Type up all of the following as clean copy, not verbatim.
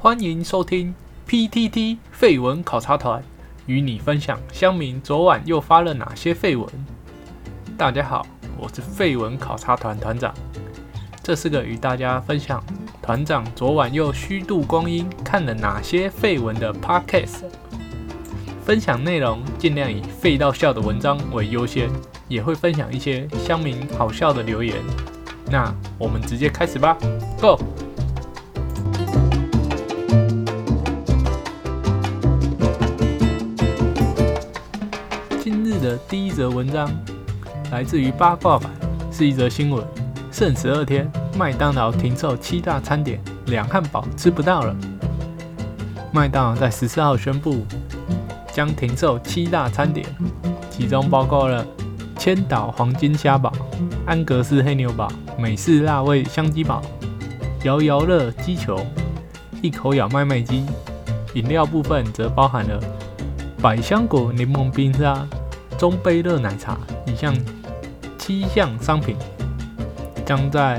欢迎收听 PTT 废文考察团，与你分享乡民昨晚又发了哪些废文。大家好，我是废文考察团团长，这是个与大家分享团长昨晚又虚度光阴看了哪些废文的 podcast。分享内容尽量以废到笑的文章为优先，也会分享一些乡民好笑的留言。那我们直接开始吧 ，Go！今日的第一则文章来自于八卦版，是一则新闻：剩12天，麦当劳停售7大餐点，2汉堡吃不到了。麦当劳在14号宣布，将停售7大餐点，其中包括了千岛黄金虾堡、安格斯黑牛堡、美式辣味香鸡堡、摇摇乐鸡球、一口咬麦麦鸡。饮料部分则包含了百香果柠檬冰沙、中杯热奶茶以上7项商品，将在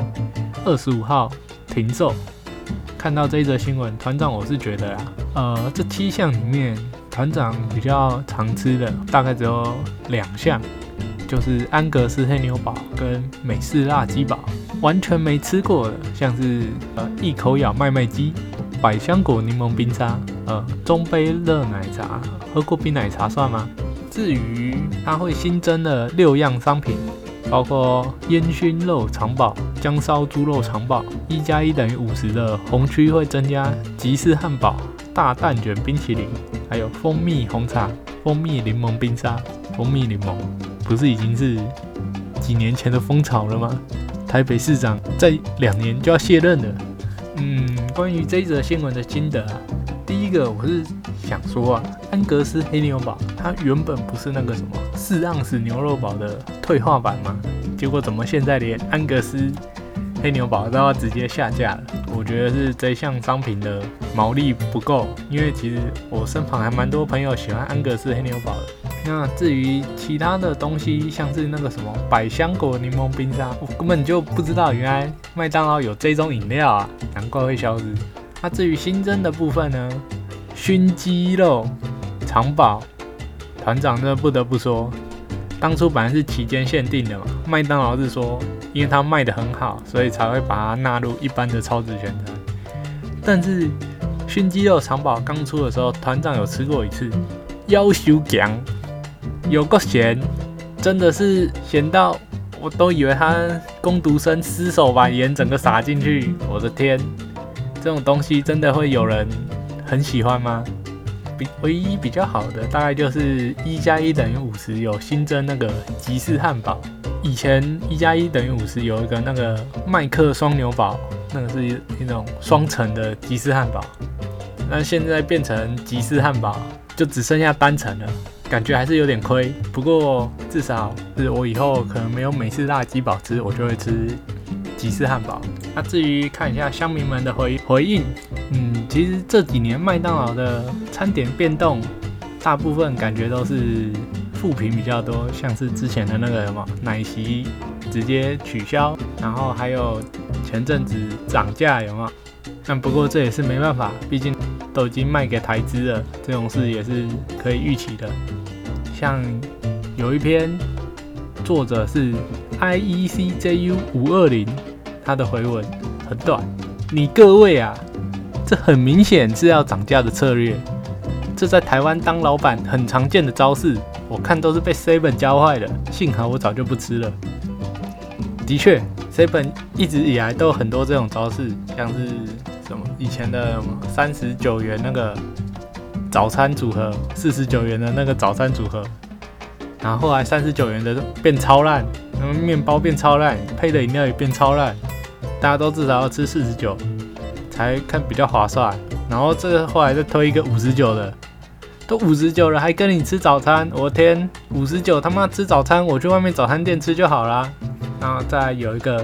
25号停售。看到这一则新闻，团长我是觉得这7项里面，团长比较常吃的大概只有2项，就是安格斯黑牛堡跟美式辣鸡堡。完全没吃过的，像是一口咬麦麦鸡、百香果柠檬冰沙、中杯热奶茶，喝过冰奶茶算吗？至于它会新增的6样商品，包括烟熏肉肠堡、姜烧猪肉肠堡，1+1等于50的红区会增加吉士汉堡、大蛋卷冰淇淋，还有蜂蜜红茶、蜂蜜柠檬冰沙。蜂蜜柠檬不是已经是几年前的风潮了吗？台北市长在2年就要卸任了。关于这一则新闻的心得第一个我是想说安格斯黑牛堡它原本不是那个什么4盎司牛肉堡的退化版吗？结果怎么现在连安格斯黑牛堡都要直接下架了？我觉得是这项商品的毛利不够，因为其实我身旁还蛮多朋友喜欢安格斯黑牛堡的。那至于其他的东西，像是那个什么百香果柠檬冰沙，我根本就不知道原来麦当劳有这种饮料啊，难怪会消失。至于新增的部分呢，熏鸡肉肠堡，团长真的不得不说，当初本来是期间限定的嘛，麦当劳是说因为它卖得很好，所以才会把它纳入一般的超值选择。但是熏鸡肉肠堡刚出的时候，团长有吃过一次，夭寿强，有够咸，真的是咸到我都以为他工读生失手把盐整个撒进去。我的天，这种东西真的会有人很喜欢吗？唯一比较好的大概就是1+1等于50有新增那个吉士汉堡。以前1+1等于50有一个那个麦克双牛堡，那个是一种双层的吉士汉堡，那现在变成吉士汉堡，就只剩下单层了，感觉还是有点亏。不过至少是我以后可能没有美式辣鸡堡吃，我就会吃吉士汉堡。至于看一下乡民们的回应，其实这几年麦当劳的餐点变动，大部分感觉都是负评比较多，像是之前的那个什么奶昔直接取消，然后还有前阵子涨价有没有？但不过这也是没办法，毕竟都已经卖给台资了，这种事也是可以预期的。像有一篇作者是 IECJU520， 他的回文很短，你各位这很明显是要涨价的策略，这在台湾当老板很常见的招式，我看都是被 Seven 教坏的，幸好我早就不吃了。的确 Seven 一直以来都有很多这种招式，像是什么以前的39元那个早餐组合，49元的那个早餐组合，然后后来39元的变超烂，然后面包变超烂，配的饮料也变超烂，大家都至少要吃49才看比较划算。然后这个后来再推一个59的，都59了还跟你吃早餐，我的天，59他妈吃早餐我去外面早餐店吃就好啦。然后再有一个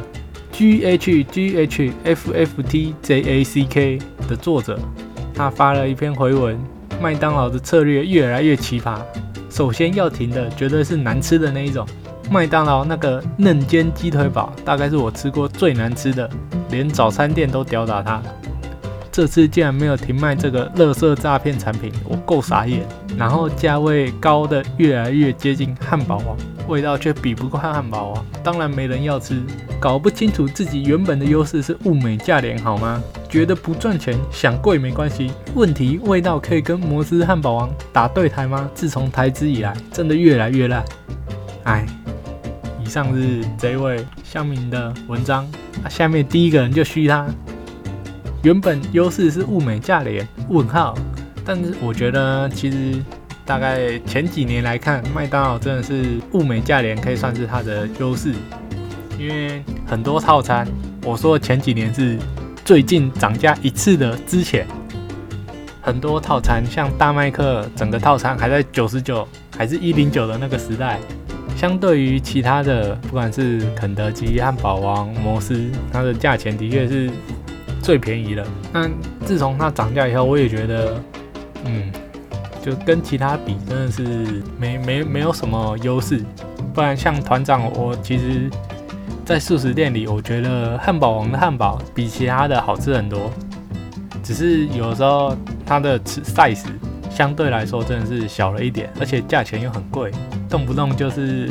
GHFFTJACK 的作者，他发了一篇回文，麦当劳的策略越来越奇葩。首先要停的绝对是难吃的那一种，麦当劳那个嫩煎鸡腿堡大概是我吃过最难吃的，连早餐店都吊打它。 这次竟然没有停卖这个垃圾诈骗产品，我够傻眼。然后价位高的越来越接近汉堡王，味道却比不过汉堡王，当然没人要吃。搞不清楚自己原本的优势是物美价廉好吗？觉得不赚钱，想贵没关系。问题味道可以跟摩斯汉堡王打对台吗？自从台资以来，真的越来越烂。哎，以上是这位乡民的文章，下面第一个人就虚他，原本优势是物美价廉，问号。但是我觉得其实大概前几年来看，麦当劳真的是物美价廉，可以算是它的优势，因为很多套餐，我说的前几年是最近涨价一次的之前，很多套餐像大麦克整个套餐还在99还是109的那个时代，相对于其他的不管是肯德基、汉堡王、摩斯，它的价钱的确是最便宜的。那自从它涨价以后，我也觉得就跟其他比真的是没有什么优势。不然像团长，我其实在素食店里，我觉得汉堡王的汉堡比其他的好吃很多，只是有的时候它的size相对来说真的是小了一点，而且价钱又很贵，动不动就是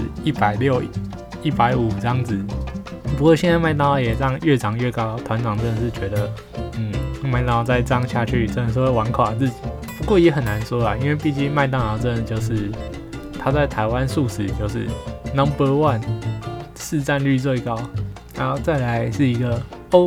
160、150这样子。不过现在麦当劳也这样越涨越高，团长真的是觉得，麦当劳再这样下去真的是会玩垮自己。不过也很难说啦，因为毕竟麦当劳真的就是它在台湾素食就是 No.1， 市占率最高。然后再来是一个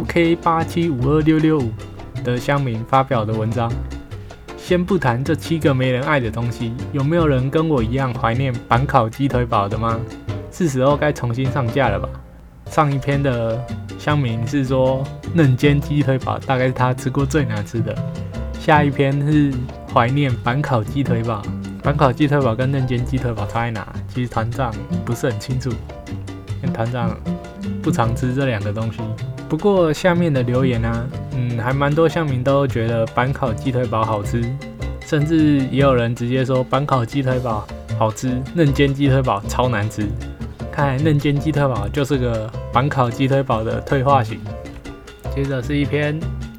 OK8752665的乡民发表的文章。先不谈这7个没人爱的东西，有没有人跟我一样怀念板烤鸡腿堡的吗？是时候该重新上架了吧？上一篇的乡民是说嫩煎鸡腿堡大概是他吃过最难吃的，下一篇是怀念板烤鸡腿堡。板烤鸡腿堡跟嫩煎鸡腿堡差在哪？其实团长不是很清楚，因为团长不常吃这2个东西。不过下面的留言啊，还蛮多乡民都觉得板烤鸡腿堡好吃，甚至也有人直接说板烤鸡腿堡好吃，嫩煎鸡腿堡超难吃。看来嫩煎鸡腿堡就是个板烤鸡腿堡的退化型。接着是一篇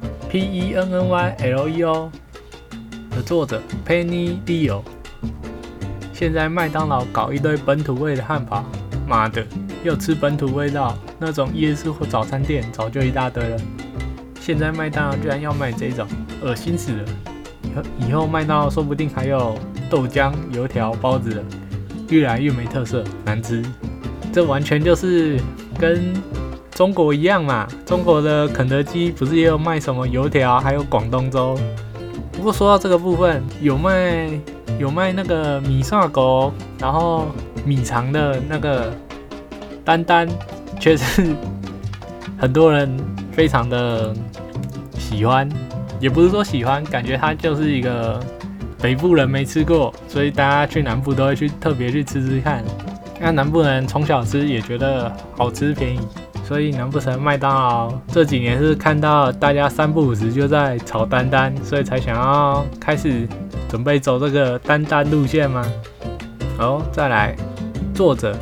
PENNYLEO 的作者 Penny Leo。现在麦当劳搞一堆本土味的汉堡，妈的，又吃本土味道，那种夜市或早餐店早就一大堆了。现在麦当劳居然要卖这种，恶心死了。以后麦当劳说不定还有豆浆、油条、包子了，越来越没特色，难吃。这完全就是跟中国一样嘛，中国的肯德基不是也有卖什么油条，还有广东粥。不过说到这个部分，有卖那个米线狗，然后米肠的那个丹丹，却是很多人非常的喜欢，也不是说喜欢，感觉它就是一个北部人没吃过，所以大家去南部都会去特别去吃吃看。那南部人从小吃也觉得好吃便宜，所以难不成麦当劳这几年是看到大家3不5时就在炒丹丹，所以才想要开始准备走这个丹丹路线吗？好，再来，作者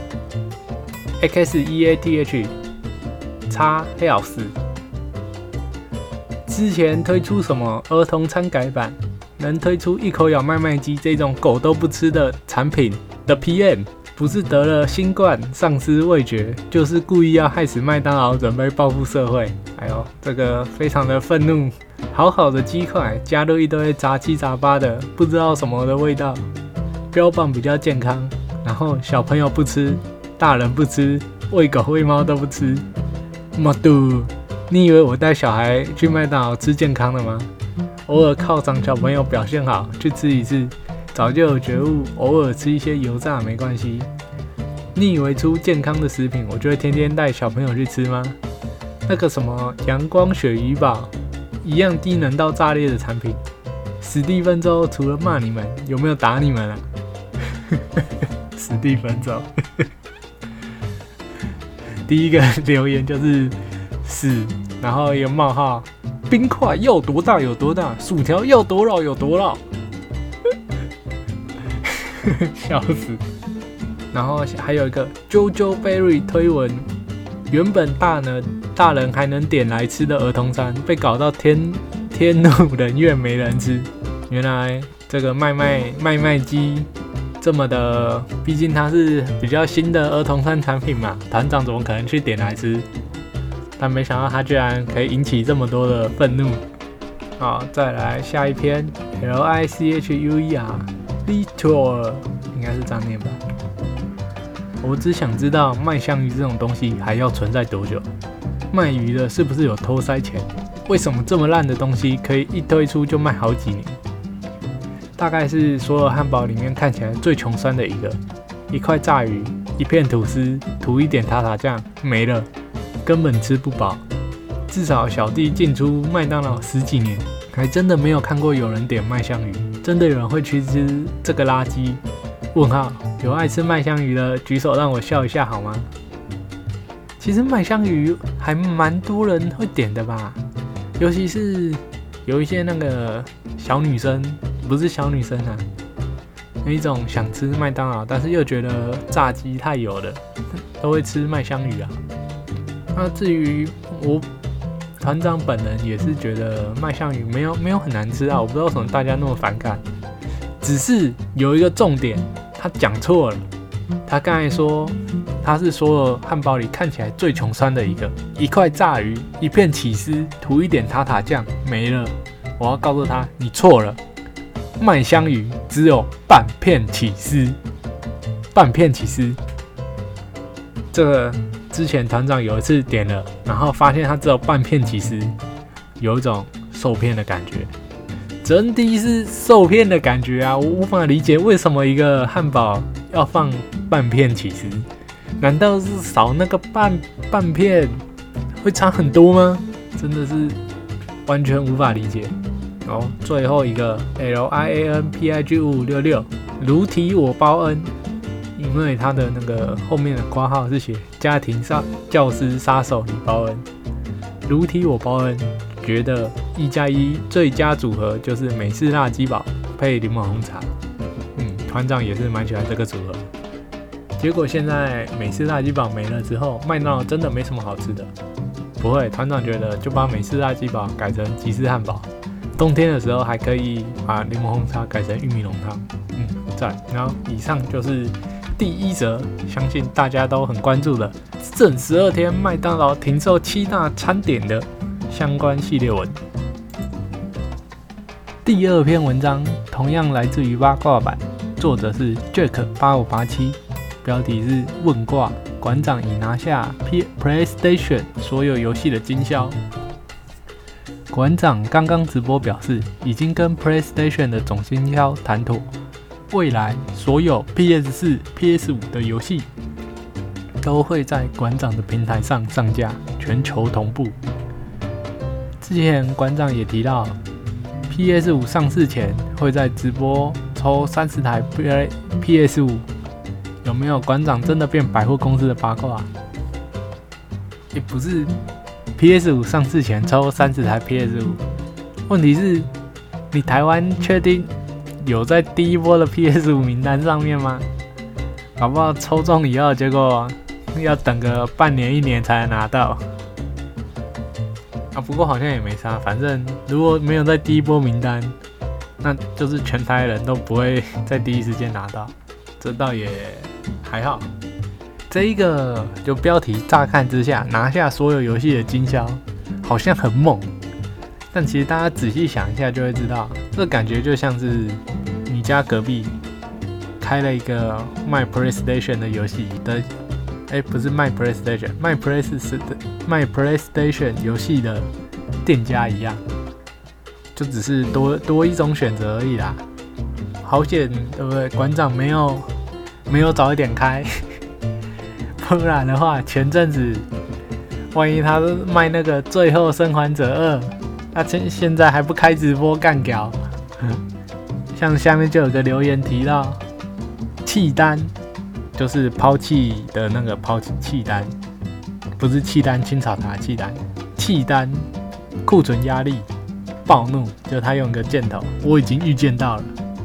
XEATH Health 之前推出什么儿童餐改版，能推出一口咬麦麦鸡这种狗都不吃的产品的 PM， 不是得了新冠丧失味觉，就是故意要害死麦当劳，准备报复社会。哎呦，这个非常的愤怒。好好的鸡块加入一堆杂七杂八的不知道什么的味道，标榜比较健康，然后小朋友不吃，大人不吃，喂狗喂猫都不吃。妈嘟，你以为我带小孩去麦当劳吃健康的吗？偶尔犒赏小朋友表现好去吃一次，早就有觉悟，偶尔吃一些油炸没关系。你以为出健康的食品我就会天天带小朋友去吃吗？那个什么阳光鳕鱼堡一样低能到炸裂的产品，史蒂芬周除了骂你们，有没有打你们啊？史蒂芬周第一个留言就是死，然后一个冒号，冰块要多大有多大，薯条要多老有多老，笑死。然后还有一个 JoJo Berry 推文，原本大人还能点来吃的儿童餐，被搞到天天怒人怨没人吃。原来这个麦鸡这么的，毕竟它是比较新的儿童餐产品嘛，团长怎么可能去点来吃？但没想到他居然可以引起这么多的愤怒。好，再来下一篇 LICHUER Litor， 应该是这样念吧。我只想知道麦香鱼这种东西还要存在多久？卖鱼的是不是有偷塞钱？为什么这么烂的东西可以一推出就卖好几年？大概是所有汉堡里面看起来最穷酸的一个，一块炸鱼，一片吐司，涂一点塔塔酱，没了，根本吃不饱。至少小弟进出麦当劳10几年，还真的没有看过有人点麦香鱼。真的有人会去吃这个垃圾？问号，有爱吃麦香鱼的举手让我笑一下好吗？其实麦香鱼还蛮多人会点的吧，尤其是有一些那个小女生，不是小女生啊，有一种想吃麦当劳，但是又觉得炸鸡太油了，都会吃麦香鱼啊。那至于我团长本人也是觉得麦香鱼没有很难吃啊，我不知道为什么大家那么反感。只是有一个重点，他讲错了。他刚才说他是所有汉堡里看起来最穷酸的一个，一块炸鱼，一片起司，涂一点塔塔酱，没了。我要告诉他，你错了。麦香鱼只有半片起司，半片起司。这个之前团长有一次点了，然后发现它只有半片起司，有一种受骗的感觉。真的是受骗的感觉啊！我无法理解为什么一个汉堡要放半片起司，难道是少那个半片会差很多吗？真的是完全无法理解。最后一个 LIANPIG5566，如题我包恩，因为他的那个后面的括号是写家庭教师杀手李包恩，如题我包恩。觉得1+1最佳组合就是美式辣鸡堡配柠檬红茶。团长也是蛮喜欢这个组合。结果现在美式辣鸡堡没了之后，麦当劳真的没什么好吃的。不会，团长觉得就把美式辣鸡堡改成吉士汉堡，冬天的时候还可以把柠檬红茶改成玉米浓汤。赞。然后以上就是第一则，相信大家都很关注的正12天麦当劳停售7大餐点的相关系列文。第二篇文章同样来自于八卦版，作者是 Jack8587， 标题是问卦馆长已拿下 PlayStation 所有游戏的经销。馆长刚刚直播表示，已经跟 PlayStation 的总经销谈妥，未来所有 PS4、PS5 的游戏都会在馆长的平台上上架，全球同步。之前馆长也提到 PS5 上市前会在直播抽30台 PS5， 有没有馆长真的变百货公司的八卦？也不是 PS5 上市前抽30台 PS5， 问题是你台湾确定有在第一波的 PS5 名单上面吗？搞不好抽中以后，结果要等个半年1年才能拿到。不过好像也没差，反正如果没有在第一波名单，那就是全台人都不会在第一时间拿到，这倒也还好。这一个就标题乍看之下拿下所有游戏的经销，好像很猛，但其实大家仔细想一下就会知道，这感觉就像是你家隔壁开了一个卖 PlayStation 的游戏的。不是卖 PlayStation， 卖 PlayStation 游戏的店家一样，就只是多一种选择而已啦。好险，对不对？馆长没有早一点开，不然的话，前阵子万一他卖那个《最后生还者2》，他现在还不开直播干屌。像下面就有个留言提到弃单。就是抛弃的那个弃单，不是契丹青草茶契丹，弃单库存压力暴怒，就他用个箭头，我已经预见到了。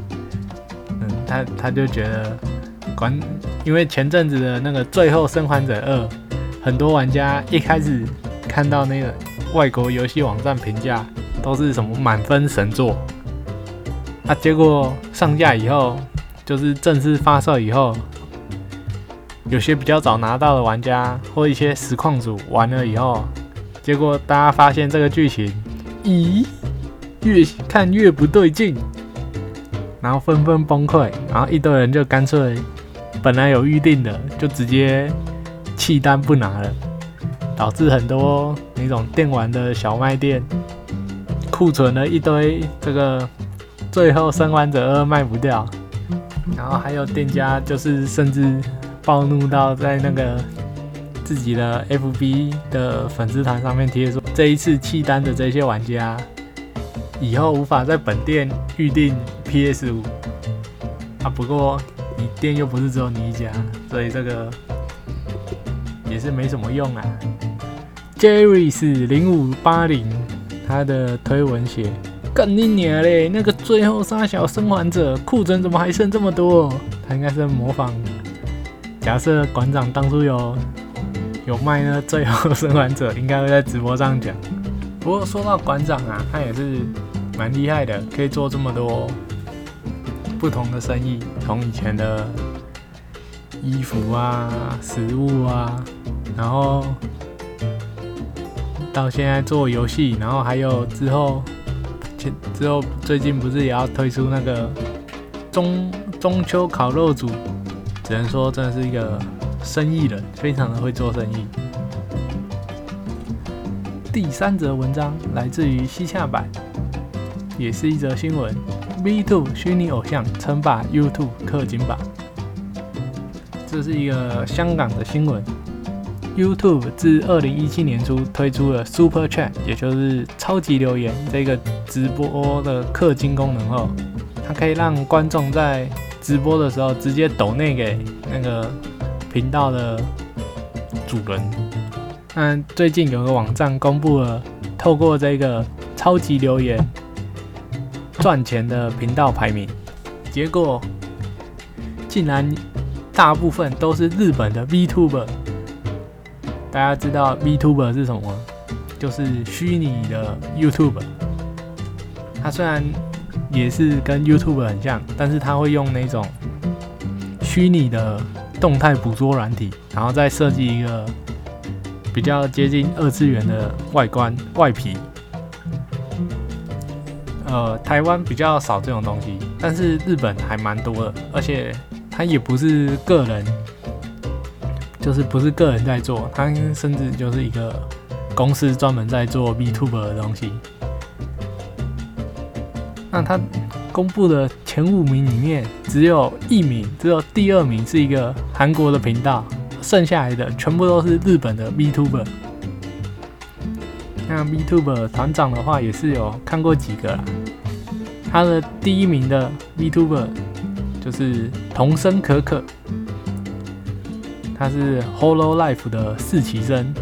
他就觉得因为前阵子的那个《最后生还者2》，很多玩家一开始看到那个外国游戏网站评价都是什么满分神作。结果上架以后，就是正式发售以后，有些比较早拿到的玩家或一些实况组玩了以后，结果大家发现这个剧情，越看越不对劲，然后纷纷崩溃，然后一堆人就干脆本来有预定的就直接弃单不拿了，导致很多那种电玩的小卖店库存了一堆这个最后生还者2卖不掉，然后还有店家就是甚至暴怒到在那个自己的 FB 的粉丝团上面贴说，这一次弃单的这些玩家以后无法在本店预定 PS5 不过你店又不是只有你一家，所以这个也是没什么用啊。Jerry 是0580，他的推文写：干你娘嘞！那个最后杀小生还者库存怎么还剩这么多？他应该是模仿，假设馆长当初有卖那最后生还者，应该会在直播上讲。不过说到馆长啊，他也是蛮厉害的，可以做这么多不同的生意，从以前的衣服啊、食物啊，然后到现在做游戏，然后还有之后最近不是也要推出那个中秋烤肉组，只能说真的是一个生意人，非常的会做生意。第3则文章来自于西洽版，也是一则新闻。V2 虚拟偶像称霸 YouTube 氪金榜，这是一个香港的新闻。YouTube 自2017年初推出了 Super Chat， 也就是超级留言这个直播的氪金功能后，它可以让观众在直播的时候直接抖内给那个频道的主人。那最近有个网站公布了透过这个超级留言赚钱的频道排名，结果竟然大部分都是日本的 VTuber。大家知道 VTuber 是什么吗？就是虚拟的 YouTuber。它虽然也是跟 YouTuber 很像，但是它会用那种虚拟的动态捕捉软体，然后再设计一个比较接近2次元的外皮。台湾比较少这种东西，但是日本还蛮多的，而且它也不是个人，就是不是个人在做，它甚至就是一个公司专门在做 VTuber 的东西。那它公布的前5名里面，只有第2名是一个韩国的频道，剩下来的全部都是日本的 VTuber。那 VTuber 团长的话也是有看过几个啦，他的第1名的 VTuber 就是桐生可可，他是 Hololive 的4期生。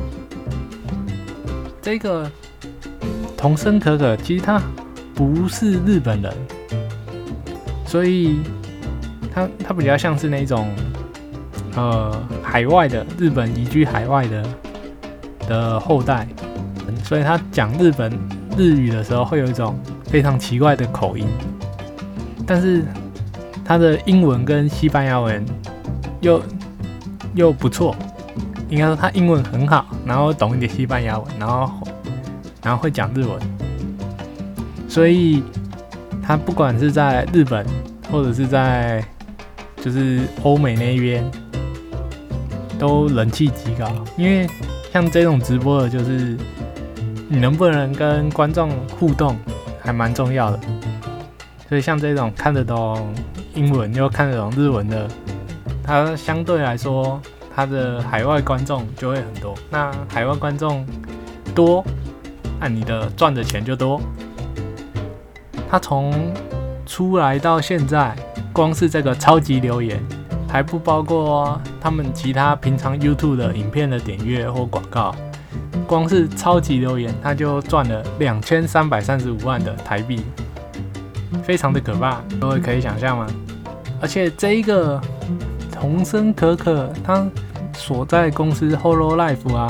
这个桐生可可其实他不是日本人，所以他比较像是那种海外的日本移居海外的后代。所以他讲日语的时候会有一种非常奇怪的口音，但是他的英文跟西班牙文又不错，应该说他英文很好，然后懂一点西班牙文，然后会讲日文，所以他不管是在日本或者是在就是欧美那边都人气极高，因为像这种直播的就是你能不能跟观众互动还蛮重要的，所以像这种看得懂英文又看得懂日文的，它相对来说它的海外观众就会很多。那海外观众多，那你的赚的钱就多。它从出来到现在，光是这个超级留言，还不包括他们其他平常 YouTube 的影片的点阅或广告。光是超级留言，他就赚了2335万的台币，非常的可怕，各位可以想象吗？而且这一个桐生可可，他所在公司 Hololive 啊，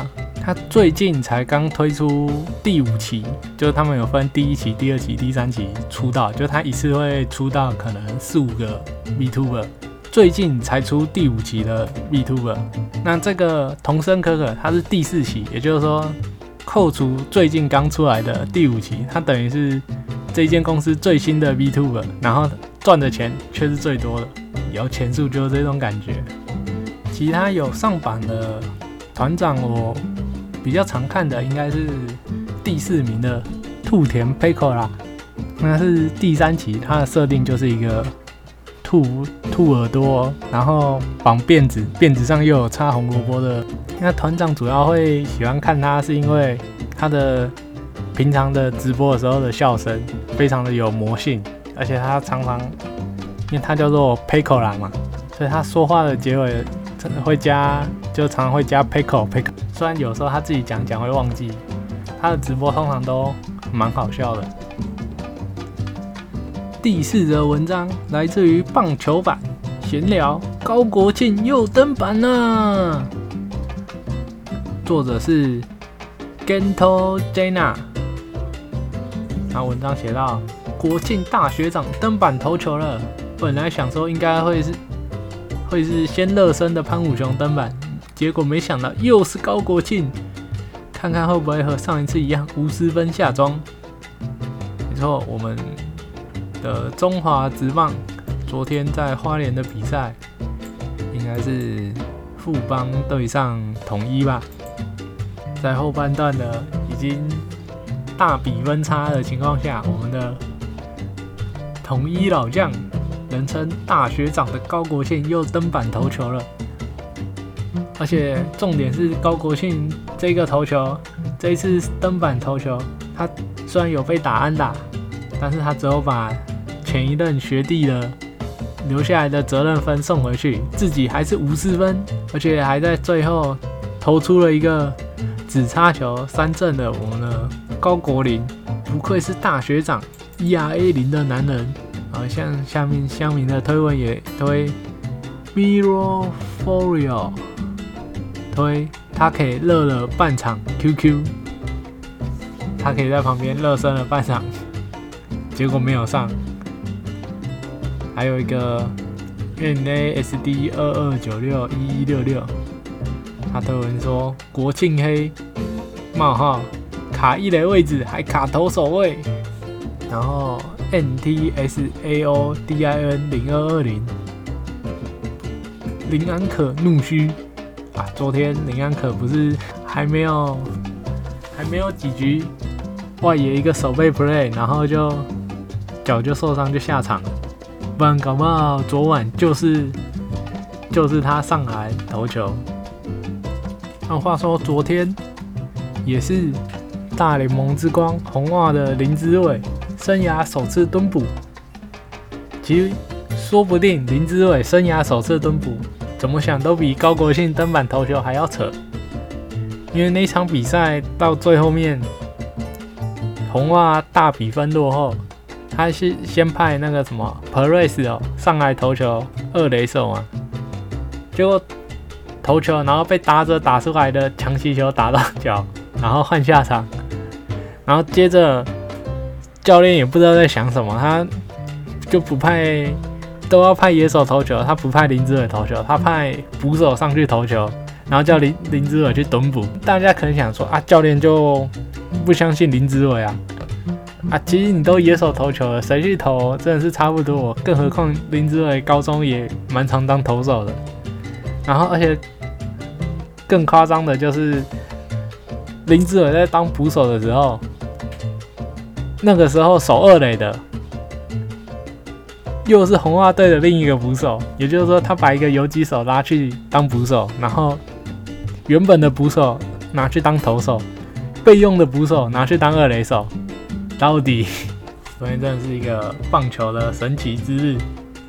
他最近才刚推出第5期，就是他们有分第1期、第2期、第3期出道，就他一次会出到可能4、5个 VTuber， 最近才出第5期的 VTuber。那这个童声可可他是第4期，也就是说扣除最近刚出来的第5期，他等于是这一间公司最新的 VTuber， 然后赚的钱却是最多的，摇钱树就是这种感觉。其他有上榜的团长，我比较常看的应该是第4名的兔田 Peiko 啦，那是第3期，它的设定就是一个兔耳朵，然后绑辫子，辫子上又有插红萝卜的。那团长主要会喜欢看他，是因为他的平常的直播的时候的笑声非常的有魔性，而且他常常，因为他叫做 Peiko 啦嘛，所以他说话的结尾真的会加，就常常会加 Peiko。虽然有时候他自己讲会忘记，他的直播通常都蛮好笑的。第4则文章来自于棒球版闲聊，高国庆又登板了。作者是 Gento Jana。然后文章写到，国庆大学长登板投球了。本来想说应该会是先热身的潘武雄登板，结果没想到又是高国庆，看看会不会和上一次一样50分下庄。没错，我们的中华职棒昨天在花莲的比赛，应该是富邦对上统一吧，在后半段的已经大比分差的情况下，我们的统一老将，人称大学长的高国庆又登板投球了。而且重点是高国庆这个投球，这一次登板投球，他虽然有被打安打，但是他只有把前一任学弟的留下来的责任分送回去，自己还是50分，而且还在最后投出了一个只差球3振的我们的高国林，不愧是大学长 ERA 0的男人。像下面乡民的推文也推 Miro Forio， 推他可以热了半场 QQ， 他可以在旁边热身了半场，结果没有上。还有一个 NASD 22961166，他推文说国庆黑冒号卡1垒位置还卡投手位，然后 NTSAO DIN 0220林安可怒嘘啊！昨天林安可不是还没有几局外野一个守备 play， 然后就脚就受伤就下场了，不然搞不好昨晚就是他上来投球。那话说昨天也是大联盟之光红袜的林之伟生涯首次蹲捕，其实说不定林之伟生涯首次蹲捕，怎么想都比高国庆登板投球还要扯。因为那场比赛到最后面，红袜大比分落后，他是先派那个什么 Perez 上来投球2垒手嘛，结果投球然后被打者打出来的强袭球打到脚，然后换下场，然后接着教练也不知道在想什么，他就不派，都要派野手投球，他不派林之伟投球，他派捕手上去投球，然后叫林之伟去蹲捕。大家可能想说啊，教练就不相信林之伟啊，其实你都野手投球了，谁去投真的是差不多，更何况林之伟高中也蛮常当投手的。然后而且更夸张的就是林之伟在当捕手的时候，那个时候守2垒的又是红袜队的另一个捕手，也就是说他把一个游击手拉去当捕手，然后原本的捕手拿去当投手，备用的捕手拿去当2垒手。到底昨天真的是一个棒球的神奇之日。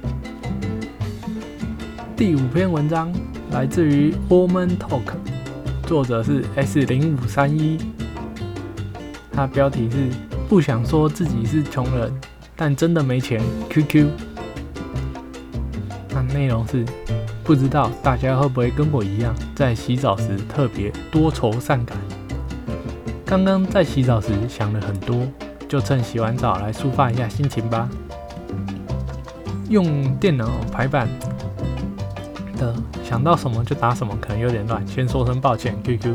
第5篇文章来自于 Woman Talk， 作者是 S0531， 他标题是不想说自己是穷人，但真的没钱 QQ。那内容是不知道大家会不会跟我一样，在洗澡时特别多愁善感。刚刚在洗澡时想了很多，就趁洗完澡来抒发一下心情吧。用电脑排版的，想到什么就打什么，可能有点乱，先说声抱歉。QQ。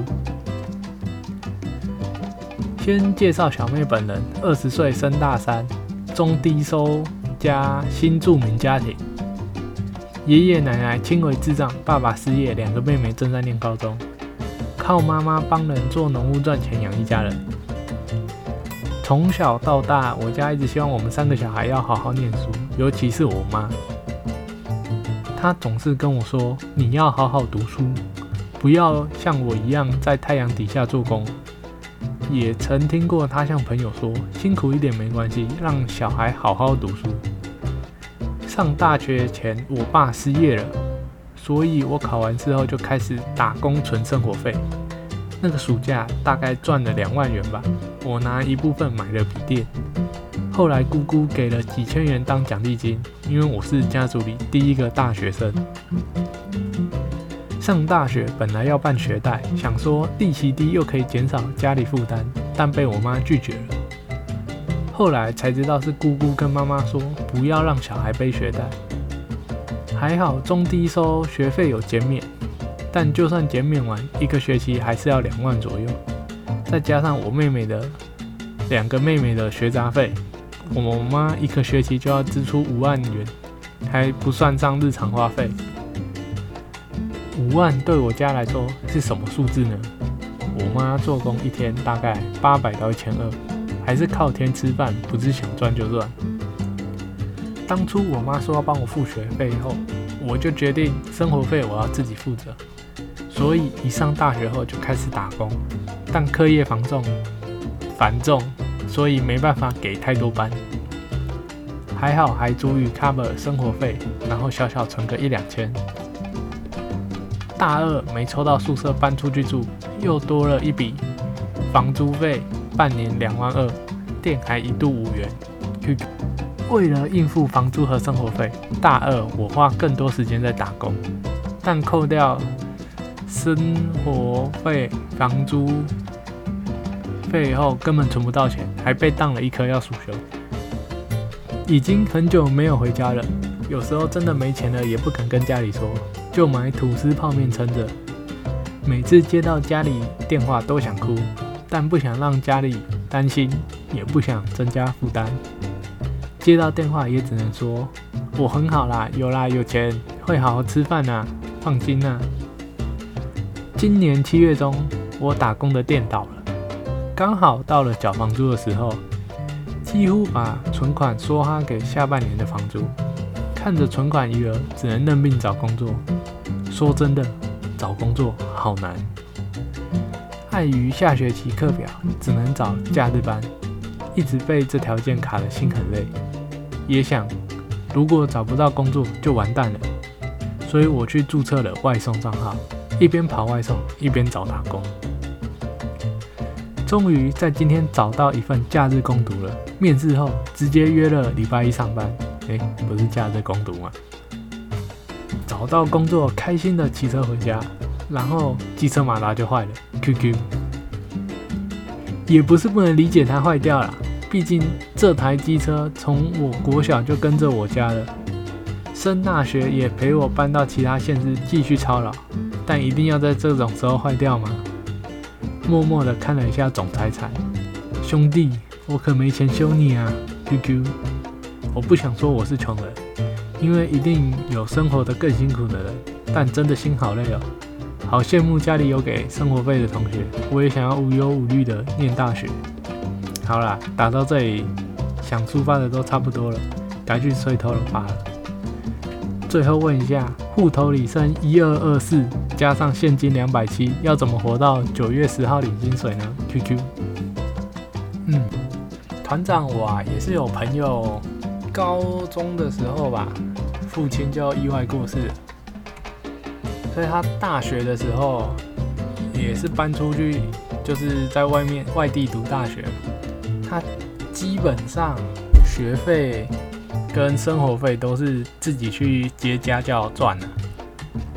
先介绍小妹本人，20岁，升大3，中低收加新住民家庭，爷爷奶奶轻微智障，爸爸失业，2个妹妹正在念高中，靠妈妈帮人做农务赚钱养一家人。从小到大，我家一直希望我们3个小孩要好好念书，尤其是我妈，她总是跟我说：“你要好好读书，不要像我一样在太阳底下做工。”也曾听过她向朋友说：“辛苦一点没关系，让小孩好好读书。”上大学前，我爸失业了，所以我考完试后就开始打工存生活费。那个暑假大概赚了2万元吧，我拿一部分买了笔电。后来姑姑给了几千元当奖励金，因为我是家族里第一个大学生。上大学本来要办学贷，想说利息低又可以减少家里负担，但被我妈拒绝了。后来才知道是姑姑跟妈妈说不要让小孩背学贷。还好中低收学费有减免，但就算减免完1个学期还是要2万左右，再加上我妹妹的2个妹妹的学杂费，我妈1个学期就要支出5万元，还不算上日常花费。5万对我家来说是什么数字呢？我妈做工一天大概800到1200，还是靠天吃饭，不是想赚就赚。当初我妈说要帮我付学费后，我就决定生活费我要自己负责，所以一上大学后就开始打工，但课业繁重，所以没办法给太多班。还好还足以 cover 生活费，然后小小存个1-2千。大2没抽到宿舍搬出去住，又多了一笔房租费，半年2万2，电还一度5元。为了应付房租和生活费，大2我花更多时间在打工，但扣掉生活费、房租费后根本存不到钱，还被当了1科要暑修。已经很久没有回家了，有时候真的没钱了也不敢跟家里说，就买吐司泡面撑着。每次接到家里电话都想哭，但不想让家里担心，也不想增加负担。接到电话也只能说我很好啦，有钱，会好好吃饭啦，放心啦。今年7月中，我打工的店倒了，刚好到了缴房租的时候，几乎把存款梭哈给下半年的房租。看着存款余额，只能认命找工作。说真的，找工作好难。碍于下学期课表，只能找假日班，一直被这条件卡得心很累。也想，如果找不到工作就完蛋了，所以我去注册了外送账号，一边跑外送一边找打工。终于在今天找到一份假日工读了，面试后直接约了礼拜1上班。不是假日工读吗？找到工作，开心的骑车回家，然后机车马达就坏了。QQ 也不是不能理解它坏掉了，毕竟这台机车从我国小就跟着我家了，升大学也陪我搬到其他县市继续操劳，但一定要在这种时候坏掉吗？默默的看了一下总财产，兄弟，我可没钱修你啊。QQ， 我不想说我是穷人，因为一定有生活得更辛苦的人，但真的心好累哦，好羡慕家里有给生活费的同学，我也想要无忧无虑的念大学。好啦，打到这里，想抒发的都差不多了，该去睡头了罢了。最后问一下，户头里剩1224，加上现金270，要怎么活到9月10号领薪水呢 ？QQ。团长我也是有朋友，高中的时候吧，父亲就意外过世了，所以他大学的时候也是搬出去，就是在外地读大学。他基本上学费跟生活费都是自己去接家教赚的，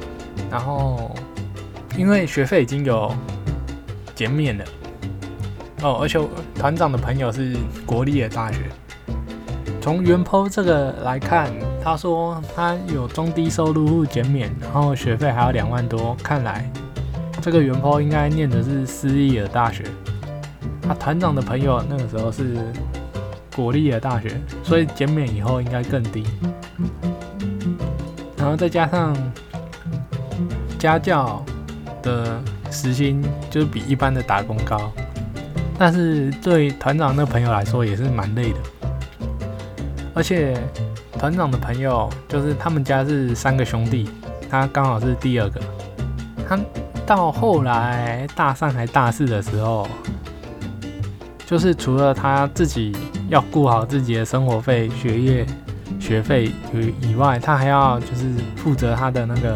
然后因为学费已经有减免了而且团长的朋友是国立的大学。从原 po 这个来看，他说他有中低收入户减免，然后学费还要2万多，看来这个原 po 应该念的是私立的大学。他团长的朋友那个时候是国立的大学，所以减免以后应该更低。然后再加上家教的时薪就是比一般的打工高，但是对团长那朋友来说也是蛮累的。而且团长的朋友就是他们家是3个兄弟，他刚好是第2个。他到后来大3还大4的时候，就是除了他自己要顾好自己的生活费、学业、学费以外，他还要就是负责他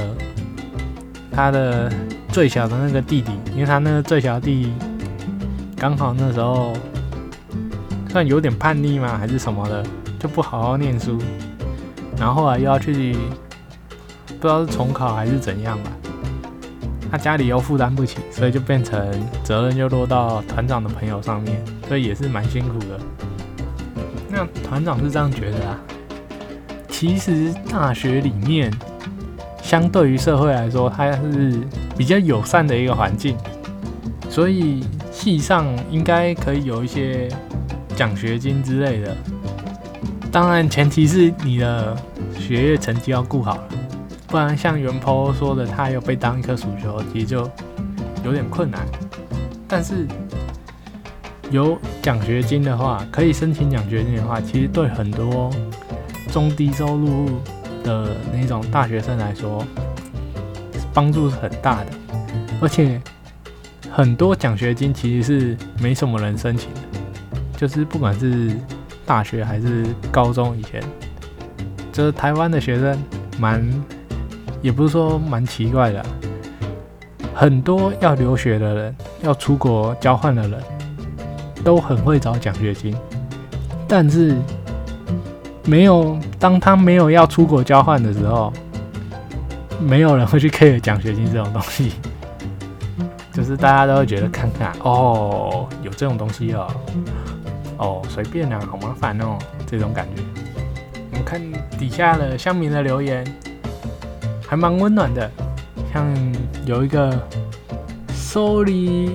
的最小的那个弟弟，因为他那个最小的弟弟刚好那时候算有点叛逆嘛，还是什么的，就不好好念书，然后后来又要去不知道是重考还是怎样吧，他家里又负担不起，所以就变成责任就落到团长的朋友上面，所以也是蛮辛苦的。那团长是这样觉得啊，其实大学里面相对于社会来说，它是比较友善的一个环境，所以系上应该可以有一些奖学金之类的。当然前提是你的学业成绩要顾好了，不然像原 po 说的，他有被当一颗暑球，其实就有点困难。但是有奖学金的话，可以申请奖学金的话，其实对很多中低收入的那种大学生来说，帮助是很大的。而且很多奖学金其实是没什么人申请的，就是不管是大学还是高中以前，就是台湾的学生也不是说蛮奇怪的很多要留学的人、要出国交换的人，都很会找奖学金，但是当他没有要出国交换的时候，没有人会去 care 奖学金这种东西，就是大家都会觉得看看有这种东西随便好麻烦这种感觉。我们看底下的乡民的留言，还蛮温暖的，像有一个 Solitary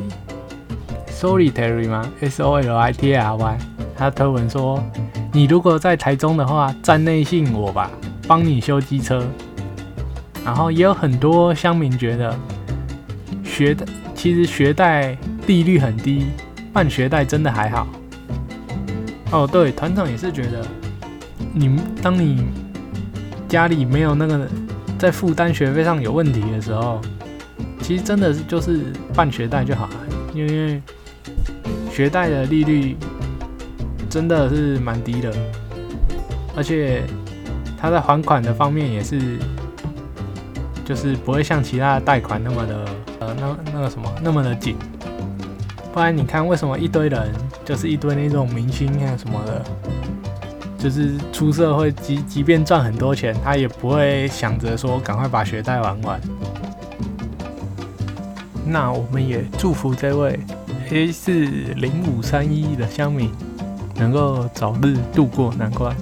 吗 ？SOLITARY， 他推文说：“你如果在台中的话，站内信我吧，帮你修机车。”然后也有很多乡民觉得，其实学贷利率很低，办学贷真的还好。对，团长也是觉得，当你家里没有那个在负担学费上有问题的时候，其实真的就是办学贷就好了，因为学贷的利率真的是蛮低的，而且它在还款的方面也是，就是不会像其他的贷款那么的那么的紧。不然你看为什么一堆人就是一堆那种明星啊什么的，就是出社会即便赚很多钱，他也不会想着说赶快把学贷还完。那我们也祝福这位 A40531的乡民能够早日度过难关。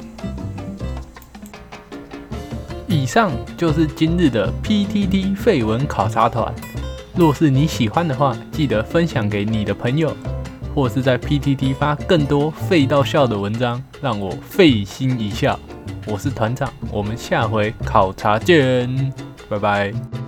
以上就是今日的 PTT 废文考察团。若是你喜欢的话，记得分享给你的朋友，或是在 PTT 发更多废到笑的文章，让我费心一笑。我是团长，我们下回考察见，拜拜。